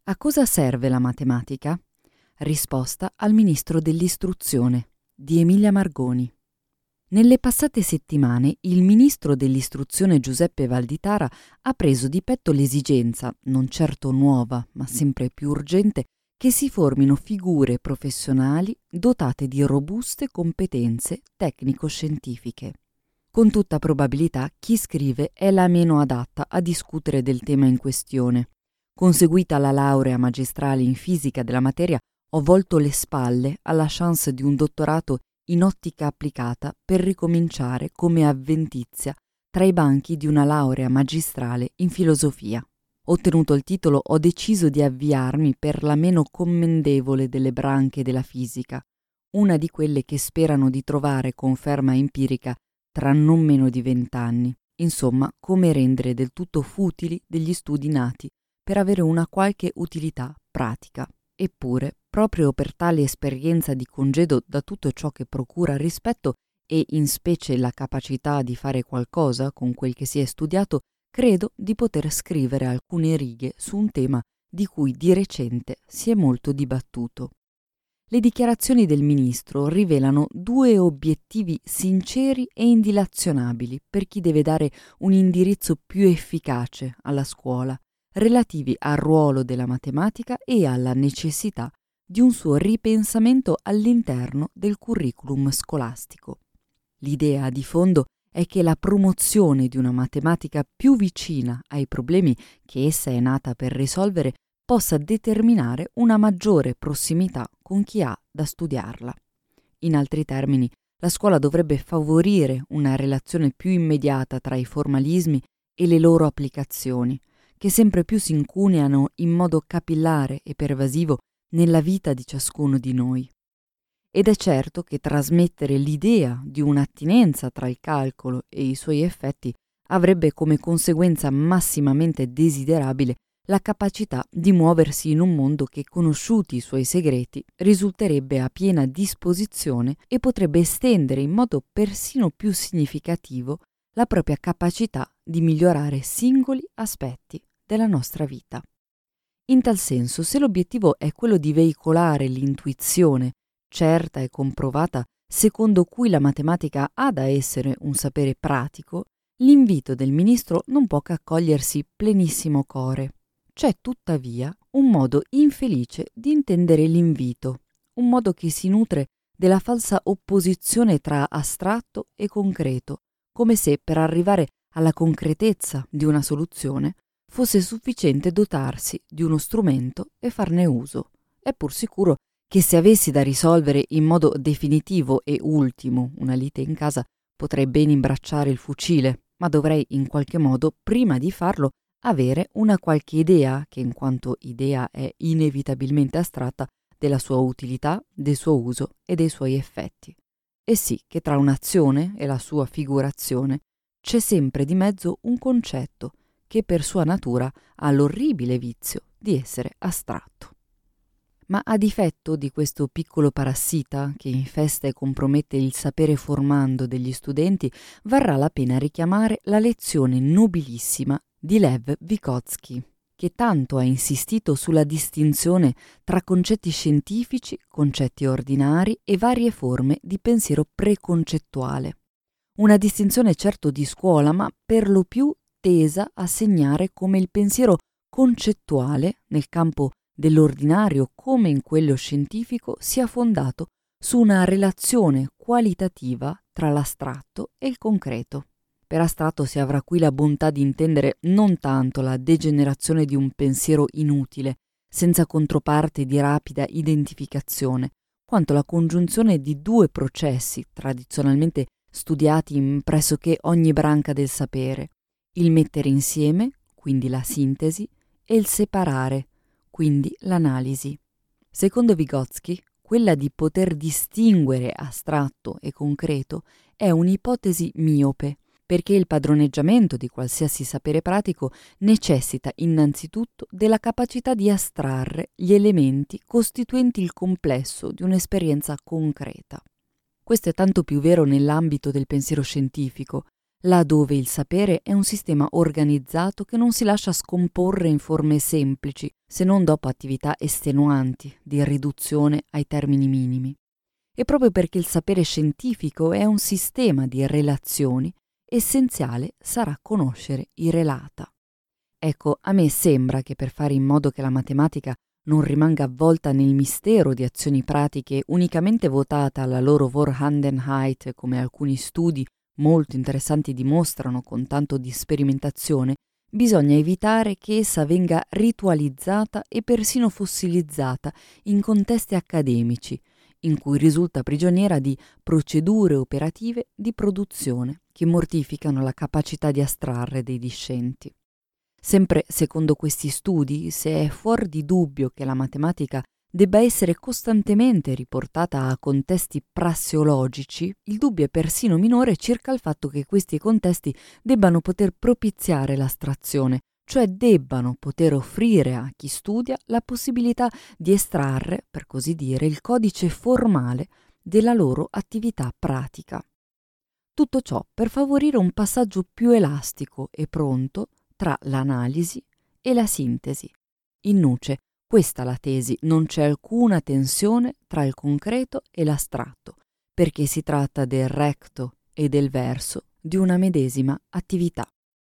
A cosa serve la matematica? Risposta al Ministro dell'Istruzione di Emilia Margoni. Nelle passate settimane il Ministro dell'Istruzione Giuseppe Valditara ha preso di petto l'esigenza, non certo nuova ma sempre più urgente, che si formino figure professionali dotate di robuste competenze tecnico-scientifiche. Con tutta probabilità chi scrive è la meno adatta a discutere del tema in questione. Conseguita la laurea magistrale in fisica della materia, ho volto le spalle alla chance di un dottorato in ottica applicata per ricominciare come avventizia tra i banchi di una laurea magistrale in filosofia. Ottenuto il titolo, ho deciso di avviarmi per la meno commendevole delle branche della fisica, una di quelle che sperano di trovare conferma empirica tra non meno di 20 anni. Insomma, come rendere del tutto futili degli studi nati per avere una qualche utilità pratica. Eppure, proprio per tale esperienza di congedo da tutto ciò che procura rispetto e in specie la capacità di fare qualcosa con quel che si è studiato, credo di poter scrivere alcune righe su un tema di cui di recente si è molto dibattuto. Le dichiarazioni del ministro rivelano due obiettivi sinceri e indilazionabili per chi deve dare un indirizzo più efficace alla scuola, relativi al ruolo della matematica e alla necessità di un suo ripensamento all'interno del curriculum scolastico. L'idea di fondo è che la promozione di una matematica più vicina ai problemi che essa è nata per risolvere possa determinare una maggiore prossimità con chi ha da studiarla. In altri termini, la scuola dovrebbe favorire una relazione più immediata tra i formalismi e le loro applicazioni, che sempre più si incuneano in modo capillare e pervasivo nella vita di ciascuno di noi. Ed è certo che trasmettere l'idea di un'attinenza tra il calcolo e i suoi effetti avrebbe come conseguenza massimamente desiderabile la capacità di muoversi in un mondo che, conosciuti i suoi segreti, risulterebbe a piena disposizione e potrebbe estendere in modo persino più significativo la propria capacità di migliorare singoli aspetti della nostra vita. In tal senso, se l'obiettivo è quello di veicolare l'intuizione certa e comprovata secondo cui la matematica ha da essere un sapere pratico, l'invito del ministro non può che accogliersi plenissimo core. C'è tuttavia un modo infelice di intendere l'invito, un modo che si nutre della falsa opposizione tra astratto e concreto, come se per arrivare alla concretezza di una soluzione fosse sufficiente dotarsi di uno strumento e farne uso. È pur sicuro che se avessi da risolvere in modo definitivo e ultimo una lite in casa, potrei ben imbracciare il fucile, ma dovrei in qualche modo, prima di farlo, avere una qualche idea, che in quanto idea è inevitabilmente astratta, della sua utilità, del suo uso e dei suoi effetti. E sì che tra un'azione e la sua figurazione c'è sempre di mezzo un concetto che per sua natura ha l'orribile vizio di essere astratto. Ma a difetto di questo piccolo parassita che infesta e compromette il sapere formando degli studenti, varrà la pena richiamare la lezione nobilissima di Lev Vygotsky, che tanto ha insistito sulla distinzione tra concetti scientifici, concetti ordinari e varie forme di pensiero preconcettuale. Una distinzione certo di scuola, ma per lo più tesa a segnare come il pensiero concettuale, nel campo dell'ordinario come in quello scientifico, sia fondato su una relazione qualitativa tra l'astratto e il concreto. Per astratto si avrà qui la bontà di intendere non tanto la degenerazione di un pensiero inutile, senza controparte di rapida identificazione, quanto la congiunzione di due processi tradizionalmente studiati in pressoché ogni branca del sapere: il mettere insieme, quindi la sintesi, e il separare, quindi l'analisi. Secondo Vygotsky, quella di poter distinguere astratto e concreto è un'ipotesi miope, perché il padroneggiamento di qualsiasi sapere pratico necessita innanzitutto della capacità di astrarre gli elementi costituenti il complesso di un'esperienza concreta. Questo è tanto più vero nell'ambito del pensiero scientifico, là dove il sapere è un sistema organizzato che non si lascia scomporre in forme semplici, se non dopo attività estenuanti di riduzione ai termini minimi. E proprio perché il sapere scientifico è un sistema di relazioni, essenziale sarà conoscere i relata. Ecco, a me sembra che per fare in modo che la matematica non rimanga avvolta nel mistero di azioni pratiche unicamente votate alla loro Vorhandenheit, come alcuni studi molto interessanti dimostrano con tanto di sperimentazione, bisogna evitare che essa venga ritualizzata e persino fossilizzata in contesti accademici, in cui risulta prigioniera di procedure operative di produzione che mortificano la capacità di astrarre dei discenti. Sempre secondo questi studi, se è fuor di dubbio che la matematica debba essere costantemente riportata a contesti prassiologici, il dubbio è persino minore circa il fatto che questi contesti debbano poter propiziare l'astrazione, cioè debbano poter offrire a chi studia la possibilità di estrarre, per così dire, il codice formale della loro attività pratica. Tutto ciò per favorire un passaggio più elastico e pronto tra l'analisi e la sintesi. In nuce, questa la tesi, non c'è alcuna tensione tra il concreto e l'astratto, perché si tratta del recto e del verso di una medesima attività.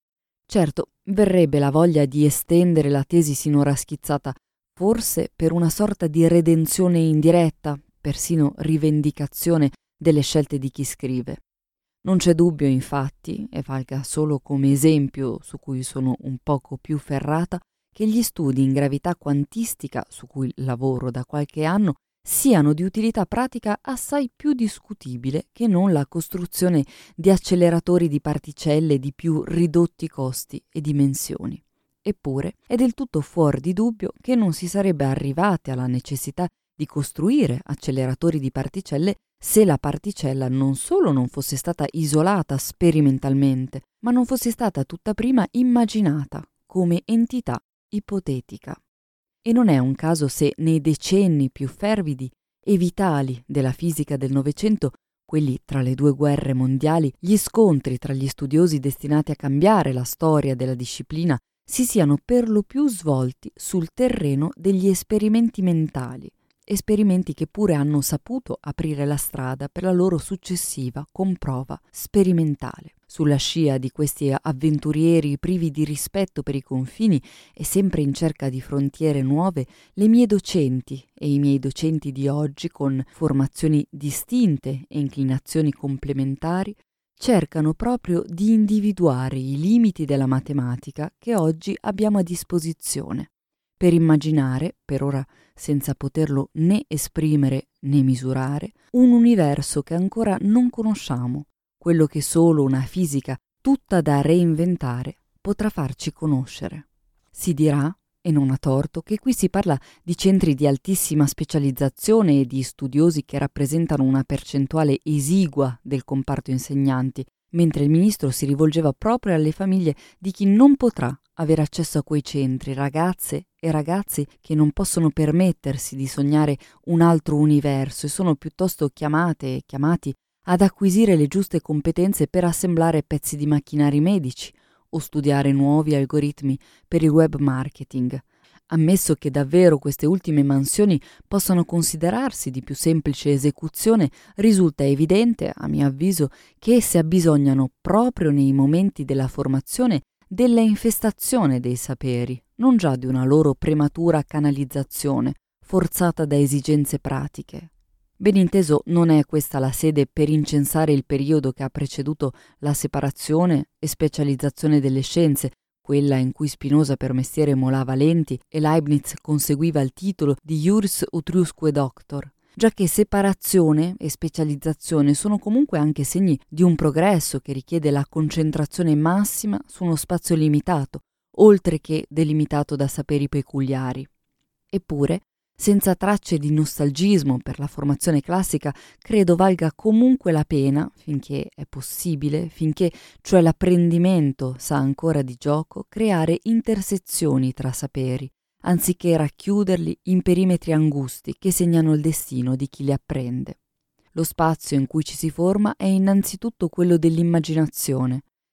Certo, verrebbe la voglia di estendere la tesi sinora schizzata, forse per una sorta di redenzione indiretta, persino rivendicazione delle scelte di chi scrive. Non c'è dubbio, infatti, e valga solo come esempio su cui sono un poco più ferrata, che gli studi in gravità quantistica, su cui lavoro da qualche anno, siano di utilità pratica assai più discutibile che non la costruzione di acceleratori di particelle di più ridotti costi e dimensioni. Eppure è del tutto fuor di dubbio che non si sarebbe arrivati alla necessità di costruire acceleratori di particelle se la particella non solo non fosse stata isolata sperimentalmente, ma non fosse stata tutta prima immaginata come entità ipotetica. E non è un caso se nei decenni più fervidi e vitali della fisica del Novecento, quelli tra le due guerre mondiali, gli scontri tra gli studiosi destinati a cambiare la storia della disciplina si siano per lo più svolti sul terreno degli esperimenti mentali, esperimenti che pure hanno saputo aprire la strada per la loro successiva comprova sperimentale. Sulla scia di questi avventurieri privi di rispetto per i confini e sempre in cerca di frontiere nuove, le mie docenti e i miei docenti di oggi, con formazioni distinte e inclinazioni complementari, cercano proprio di individuare i limiti della matematica che oggi abbiamo a disposizione, per immaginare, per ora senza poterlo né esprimere né misurare, un universo che ancora non conosciamo, quello che solo una fisica tutta da reinventare potrà farci conoscere. Si dirà, e non a torto, che qui si parla di centri di altissima specializzazione e di studiosi che rappresentano una percentuale esigua del comparto insegnanti, mentre il ministro si rivolgeva proprio alle famiglie di chi non potrà avere accesso a quei centri, ragazze e ragazzi che non possono permettersi di sognare un altro universo e sono piuttosto chiamate e chiamati ad acquisire le giuste competenze per assemblare pezzi di macchinari medici o studiare nuovi algoritmi per il web marketing. Ammesso che davvero queste ultime mansioni possano considerarsi di più semplice esecuzione, risulta evidente, a mio avviso, che esse abbisognano proprio nei momenti della formazione della infestazione dei saperi, non già di una loro prematura canalizzazione, forzata da esigenze pratiche. Ben inteso, non è questa la sede per incensare il periodo che ha preceduto la separazione e specializzazione delle scienze, quella in cui Spinoza per mestiere molava lenti e Leibniz conseguiva il titolo di Juris Utriusque Doctor, giacché separazione e specializzazione sono comunque anche segni di un progresso che richiede la concentrazione massima su uno spazio limitato, oltre che delimitato da saperi peculiari. Eppure, senza tracce di nostalgismo per la formazione classica, credo valga comunque la pena, finché è possibile, finché cioè l'apprendimento sa ancora di gioco, creare intersezioni tra saperi, anziché racchiuderli in perimetri angusti che segnano il destino di chi li apprende. Lo spazio in cui ci si forma è innanzitutto quello dell'immaginazione,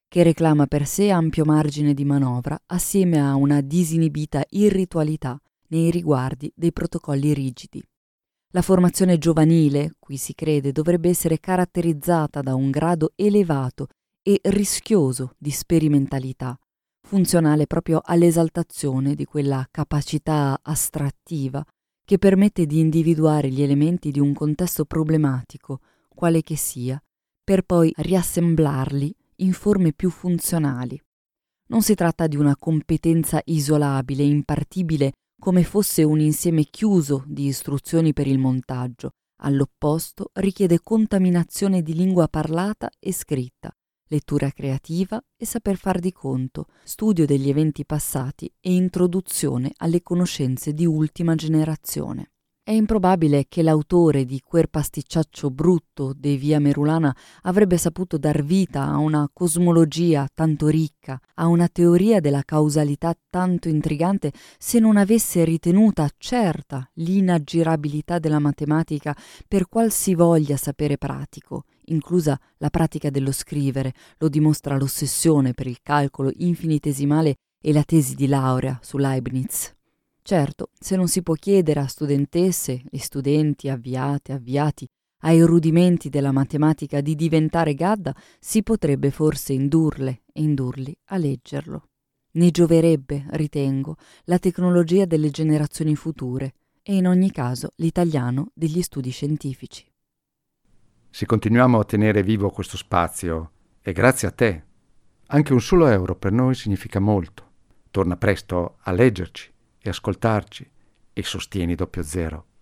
che reclama per sé ampio margine di manovra assieme a una disinibita irritualità nei riguardi dei protocolli rigidi. La formazione giovanile, qui si crede, dovrebbe essere caratterizzata da un grado elevato e rischioso di sperimentalità, funzionale proprio all'esaltazione di quella capacità astrattiva che permette di individuare gli elementi di un contesto problematico, quale che sia, per poi riassemblarli in forme più funzionali. Non si tratta di una competenza isolabile, impartibile come fosse un insieme chiuso di istruzioni per il montaggio. All'opposto richiede contaminazione di lingua parlata e scritta, lettura creativa e saper far di conto, studio degli eventi passati e introduzione alle conoscenze di ultima generazione. È improbabile che l'autore di quel pasticciaccio brutto de Via Merulana avrebbe saputo dar vita a una cosmologia tanto ricca, a una teoria della causalità tanto intrigante, se non avesse ritenuta certa l'inaggirabilità della matematica per qualsivoglia sapere pratico, inclusa la pratica dello scrivere. Lo dimostra l'ossessione per il calcolo infinitesimale e la tesi di laurea su Leibniz. Certo, se non si può chiedere a studentesse e studenti avviati ai rudimenti della matematica di diventare Gadda, si potrebbe forse indurle e indurli a leggerlo. Ne gioverebbe, ritengo, la tecnologia delle generazioni future e in ogni caso l'italiano degli studi scientifici. Se continuiamo a tenere vivo questo spazio, è grazie a te. Anche un solo euro per noi significa molto. Torna presto a leggerci e ascoltarci e sostieni 00.